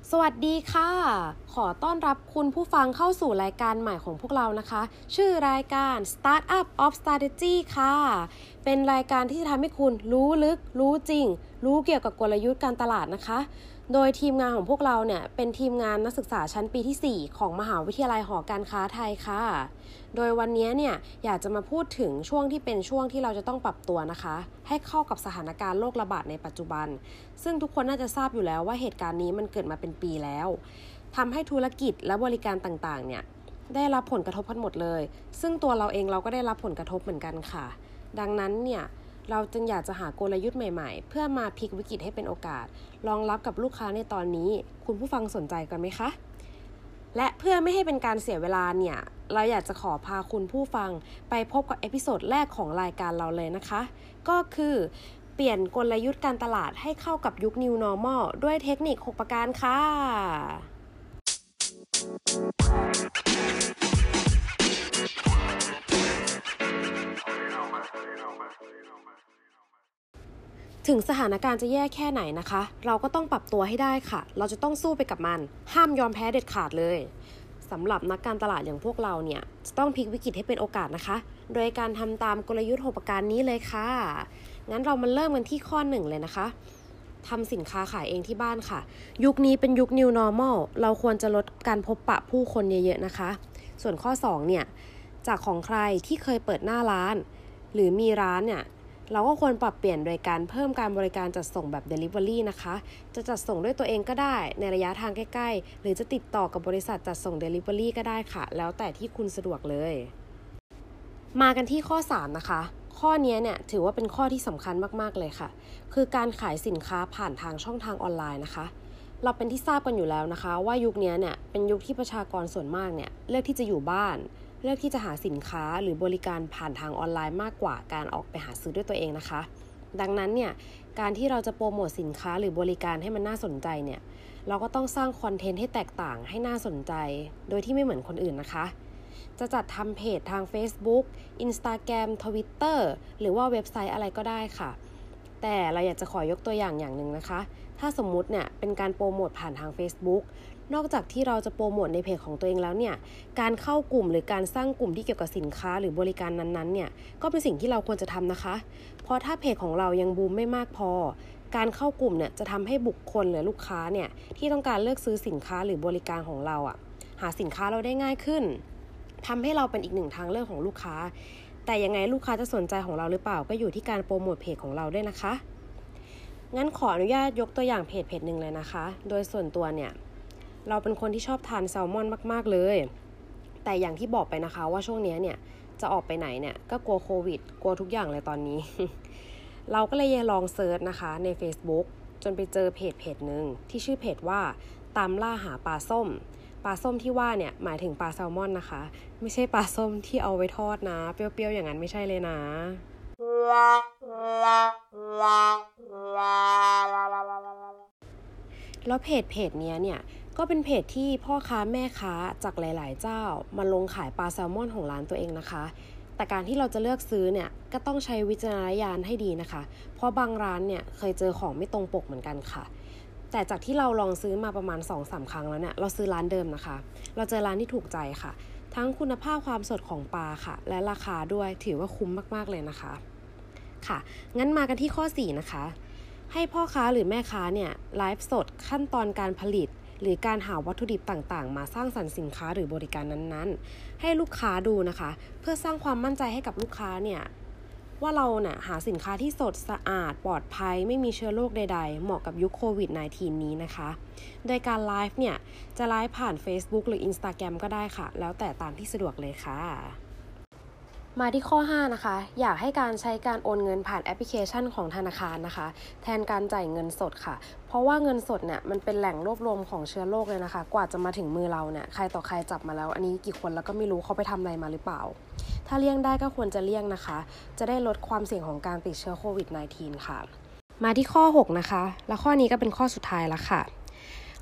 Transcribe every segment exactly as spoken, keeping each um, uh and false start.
สวัสดีค่ะขอต้อนรับคุณผู้ฟังเข้าสู่รายการใหม่ของพวกเรานะคะชื่อรายการ Startup of Strategy ค่ะเป็นรายการที่จะทำให้คุณรู้ลึกรู้จริงรู้เกี่ยวกับกลยุทธ์การตลาดนะคะโดยทีมงานของพวกเราเนี่ยเป็นทีมงานนักศึกษาชั้นปีที่สี่ของมหาวิทยาลัยหอการค้าไทยค่ะโดยวันนี้เนี่ยอยากจะมาพูดถึงช่วงที่เป็นช่วงที่เราจะต้องปรับตัวนะคะให้เข้ากับสถานการณ์โรคระบาดในปัจจุบันซึ่งทุกคนน่าจะทราบอยู่แล้วว่าเหตุการณ์นี้มันเกิดมาเป็นปีแล้วทำให้ธุรกิจและบริการต่างๆเนี่ยได้รับผลกระทบกันหมดเลยซึ่งตัวเราเองเราก็ได้รับผลกระทบเหมือนกันค่ะดังนั้นเนี่ยเราจึงอยากจะหากลยุทธ์ใหม่ๆเพื่อมาพลิกวิกฤตให้เป็นโอกาสรองรับกับลูกค้าในตอนนี้คุณผู้ฟังสนใจกันไหมคะและเพื่อไม่ให้เป็นการเสียเวลาเนี่ยเราอยากจะขอพาคุณผู้ฟังไปพบกับเอพิโซดแรกของรายการเราเลยนะคะก็คือเปลี่ยนกลยุทธ์การตลาดให้เข้ากับยุค New Normal ด้วยเทคนิคหกประการค่ะถึงสถานการณ์จะแย่แค่ไหนนะคะเราก็ต้องปรับตัวให้ได้ค่ะเราจะต้องสู้ไปกับมันห้ามยอมแพ้เด็ดขาดเลยสำหรับนักการตลาดอย่างพวกเราเนี่ยจะต้องพลิกวิกฤตให้เป็นโอกาสนะคะโดยการทำตามกลยุทธ์หกประการนี้เลยค่ะงั้นเรามาเริ่มกันที่ข้อหนึ่งเลยนะคะทำสินค้าขายเองที่บ้านค่ะยุคนี้เป็นยุค New Normal เราควรจะลดการพบปะผู้คนเยอะๆนะคะส่วนข้อสองเนี่ยจากของใครที่เคยเปิดหน้าร้านหรือมีร้านเนี่ยเราก็ควรปรับเปลี่ยนโดยการเพิ่มการบริการจัดส่งแบบ Delivery นะคะจะจัดส่งด้วยตัวเองก็ได้ในระยะทางใกล้ๆหรือจะติดต่อกับบริษัทจัดส่ง Delivery ก็ได้ค่ะแล้วแต่ที่คุณสะดวกเลยมากันที่ข้อสามนะคะข้อนี้เนี่ยถือว่าเป็นข้อที่สำคัญมากๆเลยค่ะคือการขายสินค้าผ่านทางช่องทางออนไลน์นะคะเราเป็นที่ทราบกันอยู่แล้วนะคะว่ายุคนี้เนี่ยเป็นยุคที่ประชากรส่วนมากเนี่ยเลือกที่จะอยู่บ้านเลือกที่จะหาสินค้าหรือบริการผ่านทางออนไลน์มากกว่าการออกไปหาซื้อด้วยตัวเองนะคะดังนั้นเนี่ยการที่เราจะโปรโมทสินค้าหรือบริการให้มันน่าสนใจเนี่ยเราก็ต้องสร้างคอนเทนต์ให้แตกต่างให้น่าสนใจโดยที่ไม่เหมือนคนอื่นนะคะจะจัดทำเพจทาง Facebook Instagram Twitter หรือว่าเว็บไซต์อะไรก็ได้ค่ะแต่เราอยากจะขอยกตัวอย่างอย่างหนึ่งนะคะถ้าสมมุติเนี่ยเป็นการโปรโมทผ่านทาง Facebookนอกจากที่เราจะโปรโมทในเพจของตัวเองแล้วเนี่ยการเข้ากลุ่มหรือการสร้างกลุ่มที่เกี่ยวกับสินค้าหรือบริการนั้นๆเนี่ยก็เป็นสิ่งที่เราควรจะทำนะคะเพราะถ้าเพจของเรายังบูมไม่มากพอการเข้ากลุ่มเนี่ยจะทำให้บุคคลหรือลูกค้าเนี่ยที่ต้องการเลือกซื้อสินค้าหรือบริการของเราอ่ะหาสินค้าเราได้ง่ายขึ้นทำให้เราเป็นอีกหนึ่งทางเลือกของลูกค้าแต่ยังไงลูกค้าจะสนใจของเราหรือเปล่าก็อยู่ที่การโปรโมทเพจของเราด้วยนะคะงั้นขออนุญาตยกตัวอย่างเพจเพจหนึ่งเลยนะคะโดยส่วนตัวเนี่ยเราเป็นคนที่ชอบทานแซลมอนมากๆเลยแต่อย่างที่บอกไปนะคะว่าช่วงนี้เนี่ยจะออกไปไหนเนี่ยก็กลัวโควิดกลัวทุกอย่างเลยตอนนี้ เราก็เลยลองเซิร์ชนะคะใน Facebook จนไปเจอเพจเพจหนึ่งที่ชื่อเพจว่าตามล่าหาปลาส้มปลาส้มที่ว่าเนี่ยหมายถึงปลาแซลมอนนะคะไม่ใช่ปลาส้มที่เอาไว้ทอดนะเปรี้ยวๆอย่างนั้นไม่ใช่เลยนะแล้วเพจเพจนี้เนี่ยก็เป็นเพจที่พ่อค้าแม่ค้าจากหลายๆเจ้ามาลงขายปลาแซลมอนของร้านตัวเองนะคะแต่การที่เราจะเลือกซื้อเนี่ยก็ต้องใช้วิจารณญาณให้ดีนะคะเพราะบางร้านเนี่ยเคยเจอของไม่ตรงปกเหมือนกันค่ะแต่จากที่เราลองซื้อมาประมาณ สองถึงสาม ครั้งแล้วเนี่ยเราซื้อร้านเดิมนะคะเราเจอร้านที่ถูกใจค่ะทั้งคุณภาพความสดของปลาค่ะและราคาด้วยถือว่าคุ้มมากๆเลยนะคะค่ะงั้นมากันที่ข้อสี่นะคะให้พ่อค้าหรือแม่ค้าเนี่ยไลฟ์สดขั้นตอนการผลิตหรือการหาวัตถุดิบต่างๆมาสร้างสรรค์สินค้าหรือบริการนั้นๆให้ลูกค้าดูนะคะเพื่อสร้างความมั่นใจให้กับลูกค้าเนี่ยว่าเราเนี่ยหาสินค้าที่สดสะอาดปลอดภัยไม่มีเชื้อโรคใดๆเหมาะกับยุคโควิด สิบเก้า นี้นะคะโดยการไลฟ์เนี่ยจะไลฟ์ผ่าน Facebook หรือ Instagram ก็ได้ค่ะแล้วแต่ตามที่สะดวกเลยค่ะมาที่ข้อห้านะคะอยากให้การใช้การโอนเงินผ่านแอปพลิเคชันของธนาคารนะคะแทนการจ่ายเงินสดค่ะเพราะว่าเงินสดเนี่ยมันเป็นแหล่งรวบรวมของเชื้อโรคเลยนะคะกว่าจะมาถึงมือเราเนี่ยใครต่อใครจับมาแล้วอันนี้กี่คนแล้วก็ไม่รู้เขาไปทำอะไรมาหรือเปล่าถ้าเลี่ยงได้ก็ควรจะเลี่ยงนะคะจะได้ลดความเสี่ยงของการติดเชื้อโควิด สิบเก้า ค่ะมาที่ข้อหกนะคะและข้อนี้ก็เป็นข้อสุดท้ายแล้วค่ะ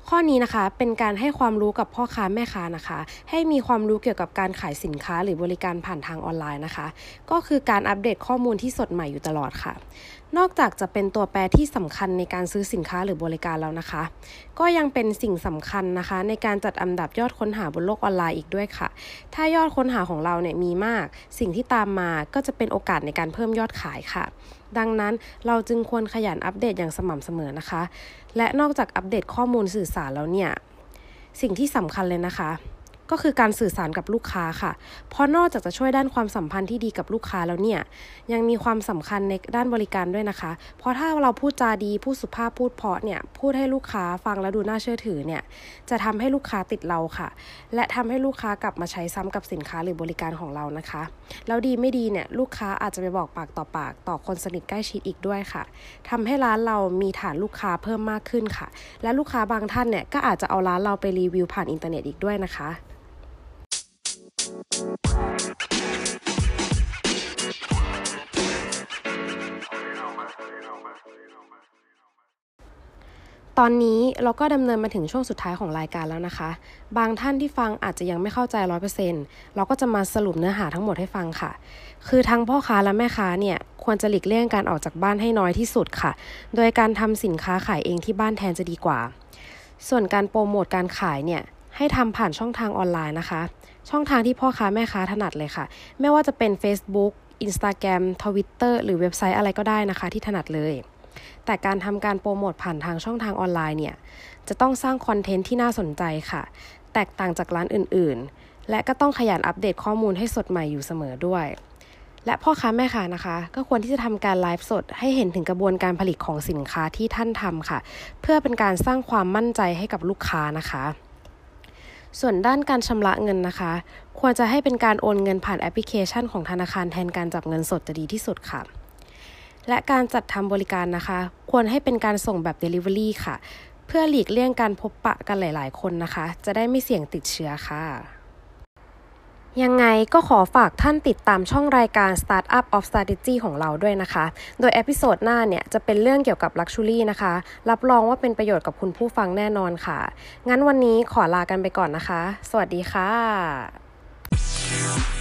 ข้อนี้นะคะเป็นการให้ความรู้กับพ่อค้าแม่ค้านะคะให้มีความรู้เกี่ยวกับการขายสินค้าหรือบริการผ่านทางออนไลน์นะคะก็คือการอัปเดตข้อมูลที่สดใหม่อยู่ตลอดค่ะนอกจากจะเป็นตัวแปรที่สำคัญในการซื้อสินค้าหรือบริการแล้วนะคะก็ยังเป็นสิ่งสำคัญนะคะในการจัดอันดับยอดค้นหาบนโลกออนไลน์อีกด้วยค่ะถ้ายอดค้นหาของเราเนี่ยมีมากสิ่งที่ตามมาก็จะเป็นโอกาสในการเพิ่มยอดขายค่ะดังนั้นเราจึงควรขยันอัปเดตอย่างสม่ำเสมอนะคะและนอกจากอัปเดตข้อมูลสื่อสารแล้วเนี่ยสิ่งที่สำคัญเลยนะคะก็คือการสื่อสารกับลูกค้าค่ะเพราะนอกจากจะช่วยด้านความสัมพันธ์ที่ดีกับลูกค้าแล้วเนี่ยยังมีความสำคัญในด้านบริการด้วยนะคะเพราะถ้าเราพูดจาดีพูดสุภาพพูดเพราะเนี่ยพูดให้ลูกค้าฟังแล้วดูน่าเชื่อถือเนี่ยจะทำให้ลูกค้าติดเราค่ะและทำให้ลูกค้ากลับมาใช้ซ้ำกับสินค้าหรือบริการของเรานะคะแล้วดีไม่ดีเนี่ยลูกค้าอาจจะไปบอกปากต่อปากต่อคนสนิทใกล้ชิดอีกด้วยค่ะทำให้ร้านเรามีฐานลูกค้าเพิ่มมากขึ้นค่ะและลูกค้าบางท่านเนี่ยก็อาจจะเอาร้านเราไปรีวิวผ่านอินเทอร์เน็ตอีกด้วยนะคะตอนนี้เราก็ดำเนินมาถึงช่วงสุดท้ายของรายการแล้วนะคะบางท่านที่ฟังอาจจะยังไม่เข้าใจ ร้อยเปอร์เซ็นต์ เราก็จะมาสรุปเนื้อหาทั้งหมดให้ฟังค่ะคือทั้งพ่อค้าและแม่ค้าเนี่ยควรจะหลีกเลี่ยงการออกจากบ้านให้น้อยที่สุดค่ะโดยการทำสินค้าขายเองที่บ้านแทนจะดีกว่าส่วนการโปรโมทการขายเนี่ยให้ทำผ่านช่องทางออนไลน์นะคะช่องทางที่พ่อค้าแม่ค้าถนัดเลยค่ะไม่ว่าจะเป็น Facebook Instagram Twitter หรือเว็บไซต์อะไรก็ได้นะคะที่ถนัดเลยแต่การทำการโปรโมทผ่านทางช่องทางออนไลน์เนี่ยจะต้องสร้างคอนเทนต์ที่น่าสนใจค่ะแตกต่างจากร้านอื่นๆและก็ต้องขยันอัปเดตข้อมูลให้สดใหม่อยู่เสมอด้วยและพ่อค้าแม่ค้านะคะก็ควรที่จะทำการไลฟ์สดให้เห็นถึงกระบวนการผลิตของสินค้าที่ท่านทำค่ะเพื่อเป็นการสร้างความมั่นใจให้กับลูกค้านะคะส่วนด้านการชำระเงินนะคะควรจะให้เป็นการโอนเงินผ่านแอปพลิเคชันของธนาคารแทนการจับเงินสดจะดีที่สุดค่ะและการจัดทำบริการนะคะควรให้เป็นการส่งแบบ Delivery ค่ะเพื่อหลีกเลี่ยงการพบปะกันหลายๆคนนะคะจะได้ไม่เสี่ยงติดเชื้อค่ะยังไงก็ขอฝากท่านติดตามช่องรายการ Startup of Strategy ของเราด้วยนะคะโดยเอพิโซดหน้าเนี่ยจะเป็นเรื่องเกี่ยวกับ Luxury นะคะรับรองว่าเป็นประโยชน์กับคุณผู้ฟังแน่นอนค่ะงั้นวันนี้ขอลากันไปก่อนนะคะสวัสดีค่ะ